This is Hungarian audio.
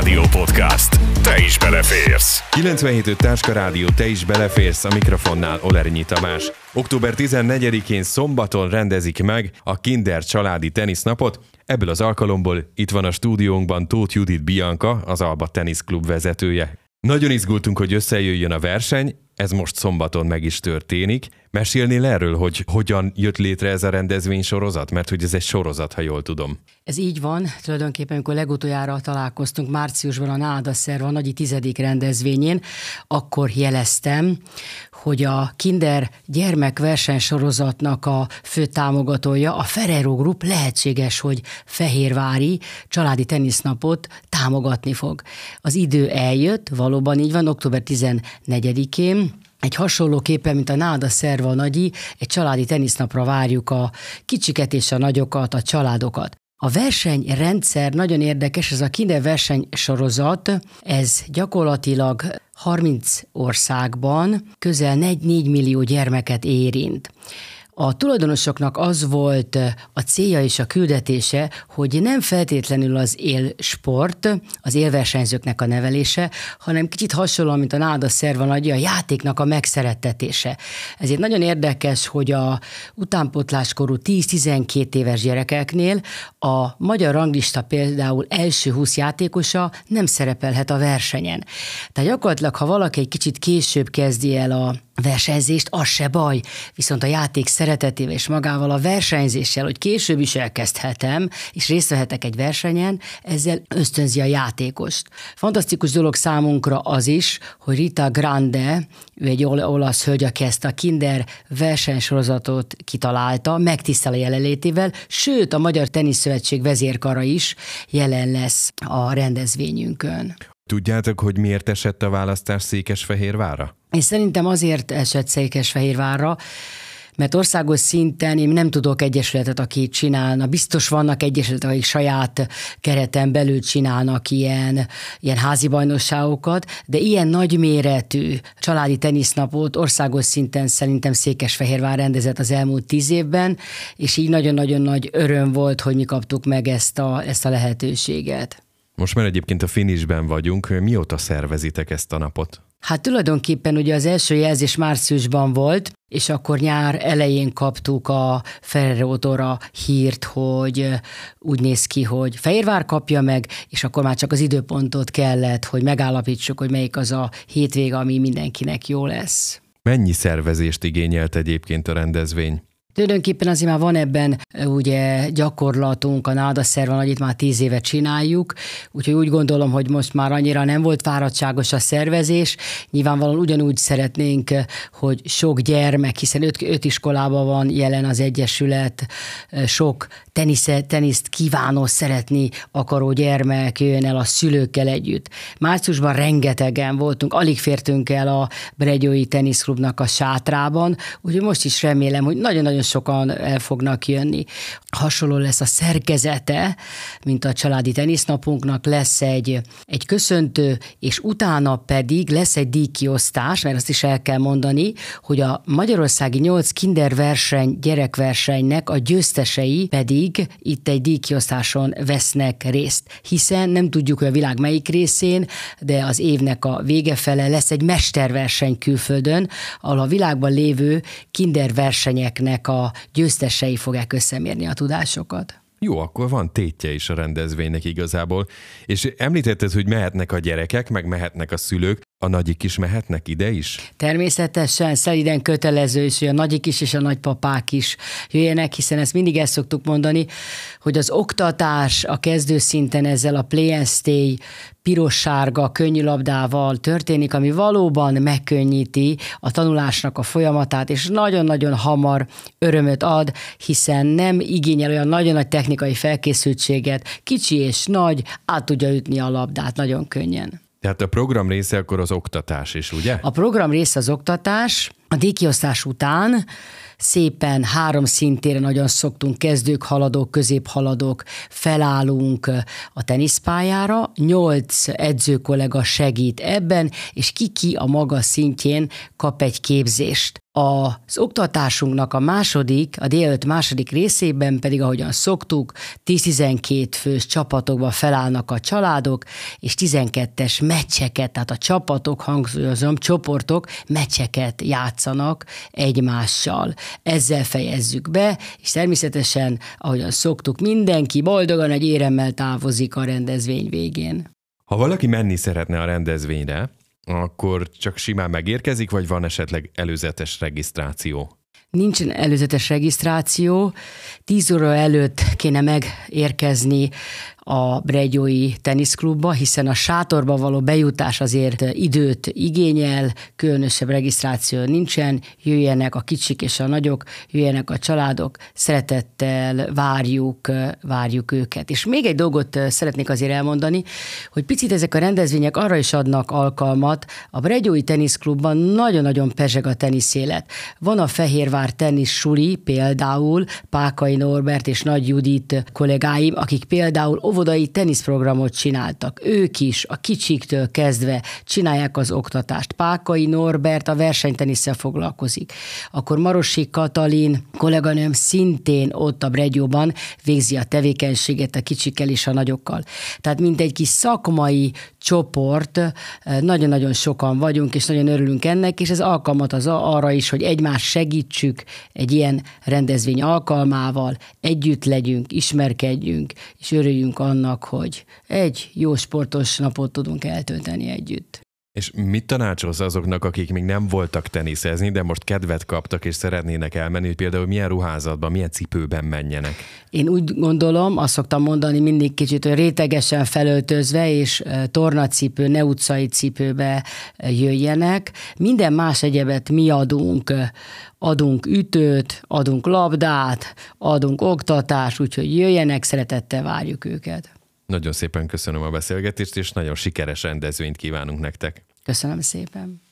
Rádió Podcast. Te is beleférsz. 97.5 Táska Rádió, te is beleférsz, a mikrofonnál Olernyi Tamás. Október 14-én szombaton rendezik meg a Kinder családi tenisznapot. Ebből az alkalomból itt van a stúdiónkban Tóth Judit Bianca, az Alba Teniszklub vezetője. Nagyon izgultunk, hogy összejöjjön a verseny, ez most szombaton meg is történik. Mesélnél erről, hogy hogyan jött létre ez a rendezvénysorozat? Mert hogy ez egy sorozat, ha jól tudom. Ez így van. Tulajdonképpen, amikor legutoljára találkoztunk márciusban a NÁDA Szerva Nagyi 10. rendezvényén, akkor jeleztem, hogy a Kinder gyermekversenysorozatnak a fő támogatója, a Ferrero Group lehetséges, hogy fehérvári családi tenisznapot támogatni fog. Az idő eljött, valóban így van, október 14-én, egy hasonlóképpen, mint a NÁDA Szerva Nagyi, egy családi tenisznapra várjuk a kicsiket és a nagyokat, a családokat. A versenyrendszer nagyon érdekes, ez a Kinder versenysorozat, ez gyakorlatilag 30 országban közel 4 millió gyermeket érint. A tulajdonosoknak az volt a célja és a küldetése, hogy nem feltétlenül az élsport, az élversenyzőknek a nevelése, hanem kicsit hasonlóan, mint a NÁDA Szerva Nagyi, a játéknak a megszerettetése. Ezért nagyon érdekes, hogy a utánpótláskorú 10-12 éves gyerekeknél a magyar ranglista például első 20 játékosa nem szerepelhet a versenyen. Tehát gyakorlatilag, ha valaki egy kicsit később kezdi el a versenyzést, az se baj, viszont a játék szeretetével és magával a versenyzéssel, hogy később is elkezdhetem, és részt vehetek egy versenyen, ezzel ösztönzi a játékost. Fantasztikus dolog számunkra az is, hogy Rita Grande, ő egy olasz hölgy, aki ezt a Kinder versenysorozatot kitalálta, megtisztel a jelenlétével, sőt a Magyar Teniszszövetség vezérkara is jelen lesz a rendezvényünkön. Tudjátok, hogy miért esett a választás Székesfehérvárra? Én szerintem azért esett Székesfehérvárra, mert országos szinten én nem tudok egyesületet, aki csinálna. Biztos vannak egyesületek, akik saját kereten belül csinálnak ilyen házi bajnokságokat, de ilyen nagyméretű családi tenisznapot országos szinten szerintem Székesfehérvár rendezett az elmúlt 10 évben, és így nagyon-nagyon nagy öröm volt, hogy mi kaptuk meg ezt a lehetőséget. Most már egyébként a finishben vagyunk. Mióta szervezitek ezt a napot? Hát tulajdonképpen ugye az első jelzés márciusban volt, és akkor nyár elején kaptuk a Ferrero-tól a hírt, hogy úgy néz ki, hogy Fehérvár kapja meg, és akkor már csak az időpontot kellett, hogy megállapítsuk, hogy melyik az a hétvége, ami mindenkinek jó lesz. Mennyi szervezést igényelt egyébként a rendezvény? Tulajdonképpen azért már van ebben ugye gyakorlatunk, a NÁDA Szerva Nagyit már 10 éve csináljuk, úgyhogy úgy gondolom, hogy most már annyira nem volt fáradtságos a szervezés. Nyilvánvalóan ugyanúgy szeretnénk, hogy sok gyermek, hiszen 5 iskolában van jelen az egyesület, sok teniszt kívánó, szeretni akaró gyermek jöjjön el a szülőkkel együtt. Márciusban rengetegen voltunk, alig fértünk el a Bregyói Teniszklubnak a sátrában, úgyhogy most is remélem, hogy nagyon-nagyon sokan el fognak jönni. Hasonló lesz a szerkezete, mint a családi tenisznapunknak, lesz egy köszöntő, és utána pedig lesz egy díjkiosztás, mert azt is el kell mondani, hogy a magyarországi 8 Kinder verseny, gyerekversenynek a győztesei pedig itt egy díjkiosztáson vesznek részt, hiszen nem tudjuk, hogy a világ melyik részén, de az évnek a vége fele lesz egy mesterverseny külföldön, ahol a világban lévő Kinder versenyeknek a győztesei fogják összemérni a tudásokat. Jó, akkor van tétje is a rendezvénynek igazából. És említetted, hogy mehetnek a gyerekek, meg mehetnek a szülők. A nagyik is mehetnek ide is? Természetesen, szeliden kötelező is, hogy a nagyik is és a nagypapák is jöjjenek, hiszen ezt mindig el szoktuk mondani, hogy az oktatás a kezdőszinten ezzel a play and stay piros-sárga könnyűlabdával történik, ami valóban megkönnyíti a tanulásnak a folyamatát, és nagyon-nagyon hamar örömöt ad, hiszen nem igényel olyan nagyon nagy technikai felkészültséget, kicsi és nagy, át tudja ütni a labdát nagyon könnyen. Tehát a program része akkor az oktatás is, ugye? A program része az oktatás, A díjkiosztás után szépen 3 szintére nagyon szoktunk, kezdők, haladók, középhaladók, felállunk a teniszpályára, 8 edzőkollega segít ebben, és ki a maga szintjén kap egy képzést. Az oktatásunknak a délelőtt második részében pedig, ahogyan szoktuk, 10-12 fős csapatokba felállnak a családok, és 12-es meccseket, tehát a csapatok, hangsúlyozom, csoportok meccseket játszanak egymással. Ezzel fejezzük be, és természetesen, ahogyan szoktuk, mindenki boldogan egy éremmel távozik a rendezvény végén. Ha valaki menni szeretne a rendezvényre, akkor csak simán megérkezik, vagy van esetleg előzetes regisztráció? Nincsen előzetes regisztráció, 10 óra előtt kéne megérkezni a Bregyói teniszklubba, hiszen a sátorba való bejutás azért időt igényel, különösebb regisztráció nincsen, jöjjenek a kicsik és a nagyok, jöjjenek a családok, szeretettel várjuk őket. És még egy dolgot szeretnék azért elmondani, hogy picit ezek a rendezvények arra is adnak alkalmat, a Bregyói teniszklubban nagyon-nagyon pezseg a teniszélet. Van a Fehérvár tenisz suli, például Pákai Norbert és Nagy Judit kollégáim, akik például óvodai teniszprogramot csináltak. Ők is a kicsiktől kezdve csinálják az oktatást. Pákai Norbert a versenytenisszel foglalkozik. Akkor Marosi Katalin kolléganőm szintén ott a Bregyóban végzi a tevékenységet a kicsikkel és a nagyokkal. Tehát mint egy kis szakmai csoport, nagyon-nagyon sokan vagyunk, és nagyon örülünk ennek, és ez alkalmat az arra is, hogy egymást segítsük egy ilyen rendezvény alkalmával, együtt legyünk, ismerkedjünk, és örüljünk annak, hogy egy jó sportos napot tudunk eltölteni együtt. És mit tanácsolsz azoknak, akik még nem voltak teniszezni, de most kedvet kaptak és szeretnének elmenni, hogy például milyen ruházatban, milyen cipőben menjenek? Én úgy gondolom, azt szoktam mondani mindig kicsit, hogy rétegesen felöltözve és tornacipő, ne utcai cipőbe jöjjenek. Minden más egyebet mi adunk. Adunk ütőt, adunk labdát, adunk oktatást, úgyhogy jöjjenek, szeretettel várjuk őket. Nagyon szépen köszönöm a beszélgetést, és nagyon sikeres rendezvényt kívánunk nektek. Köszönöm szépen.